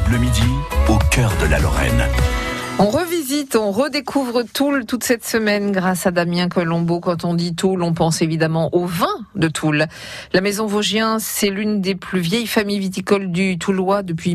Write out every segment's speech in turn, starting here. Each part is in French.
Bleu Midi, au cœur de la Lorraine. On revisite, on redécouvre Toul toute cette semaine grâce à Damien Colombo. Quand on dit Toul, on pense évidemment au vin de Toul. La maison Vosgien, c'est l'une des plus vieilles familles viticoles du Toulois depuis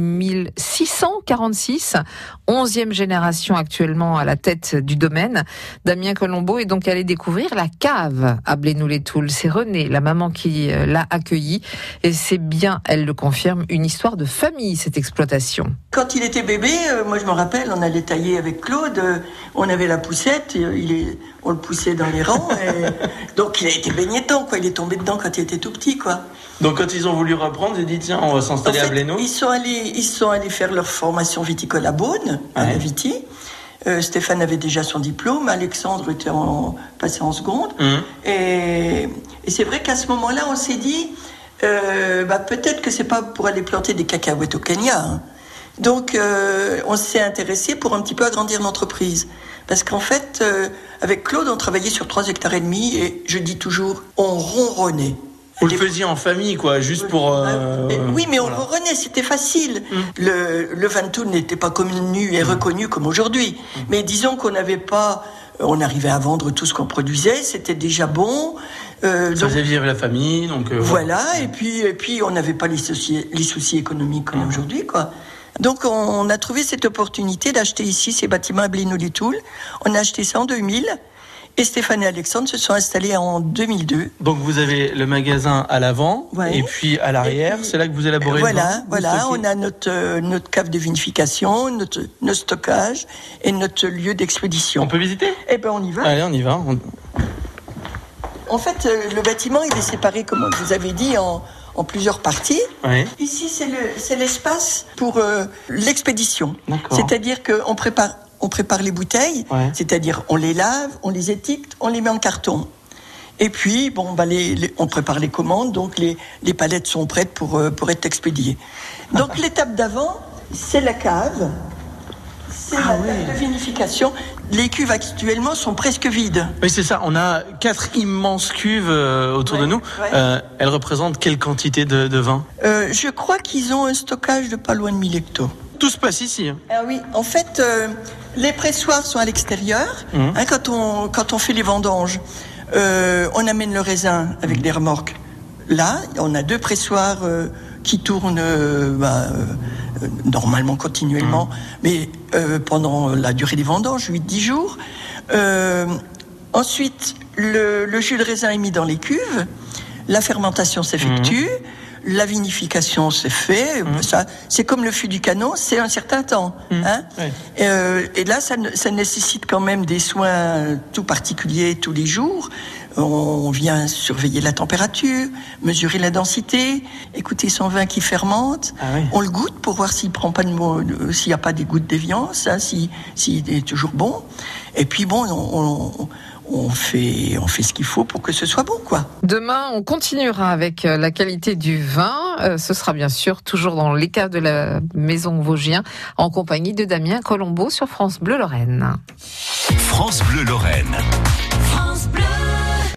1646. 11e génération actuellement à la tête du domaine. Damien Colombo est donc allé découvrir la cave à Blénoules-les-Toules. C'est Renée, la maman, qui l'a accueilli. Et c'est bien, elle le confirme, une histoire de famille, cette exploitation. Quand il était bébé, moi je me rappelle, on allait tailler avec Claude, on avait la poussette, on le poussait dans les rangs, donc il a été baigné dedans, quoi. Il est tombé dedans quand il était tout petit, quoi. Donc quand ils ont voulu reprendre, ils ont dit tiens, on va s'installer à Blénoules. Ils sont allés faire leur formation viticole à Beaune, à la Viti. Stéphane avait déjà son diplôme, Alexandre était passé en seconde. Et c'est vrai qu'à ce moment-là, on s'est dit, peut-être que c'est pas pour aller planter des cacahuètes au Kenya, hein. Donc, on s'est intéressé pour un petit peu agrandir l'entreprise. Parce qu'en fait, avec Claude, on travaillait sur 3,5 hectares et je dis toujours, on ronronnait. Vous le faisiez en famille, quoi, juste pour... Oui, mais on ronronnait, c'était facile. Le vin de Toul n'était pas connu et reconnu comme aujourd'hui. Mais disons qu'on n'avait pas... On arrivait à vendre tout ce qu'on produisait, c'était déjà bon. Ça faisait vivre la famille, donc... Voilà, et puis on n'avait pas les soucis économiques comme aujourd'hui, quoi. Donc on a trouvé cette opportunité d'acheter ici ces bâtiments à Blénoules-les-Toules. On a acheté ça en 2000 et Stéphane et Alexandre se sont installés en 2002. Donc vous avez le magasin à l'avant et puis à l'arrière, c'est là que vous élaborez le vin. Voilà, on a notre cave de vinification, notre stockage et notre lieu d'expédition. On peut visiter ? Eh ben on y va. Allez, on y va. En fait, le bâtiment il est séparé, comme je vous avais dit, en plusieurs parties. Oui. Ici, c'est l'espace pour l'expédition. D'accord. C'est-à-dire qu'on prépare les bouteilles, c'est-à-dire on les lave, on les étiquette, on les met en carton. Et puis, on prépare les commandes, donc les palettes sont prêtes pour être expédiées. Donc l'étape d'avant, c'est la cave, c'est la table de vinification. Les cuves actuellement sont presque vides. Oui, c'est ça. On a 4 immenses cuves autour de nous. Elles représentent quelle quantité de vin ? Je crois qu'ils ont un stockage de pas loin de 1000 hectos. Tout se passe ici. Ah oui, en fait, les pressoirs sont à l'extérieur. Quand on fait les vendanges, on amène le raisin avec des remorques. Là, on a 2 pressoirs qui tournent normalement continuellement, mais pendant la durée des vendanges, 8-10 jours. Ensuite, le jus de raisin est mis dans les cuves, la fermentation s'effectue, la vinification se fait. Ça, c'est comme le fût du canon, c'est un certain temps. Et là, ça nécessite quand même des soins tout particuliers tous les jours. On vient surveiller la température, mesurer la densité, écouter son vin qui fermente. On le goûte pour voir s'il prend pas s'il n'y a pas des gouttes d'éviance, s'il est toujours bon. Et puis on fait ce qu'il faut pour que ce soit bon, quoi. Demain, on continuera avec la qualité du vin. Ce sera bien sûr toujours dans les caves de la maison Vosgien, en compagnie de Damien Colombo sur France Bleu Lorraine. France Bleu Lorraine.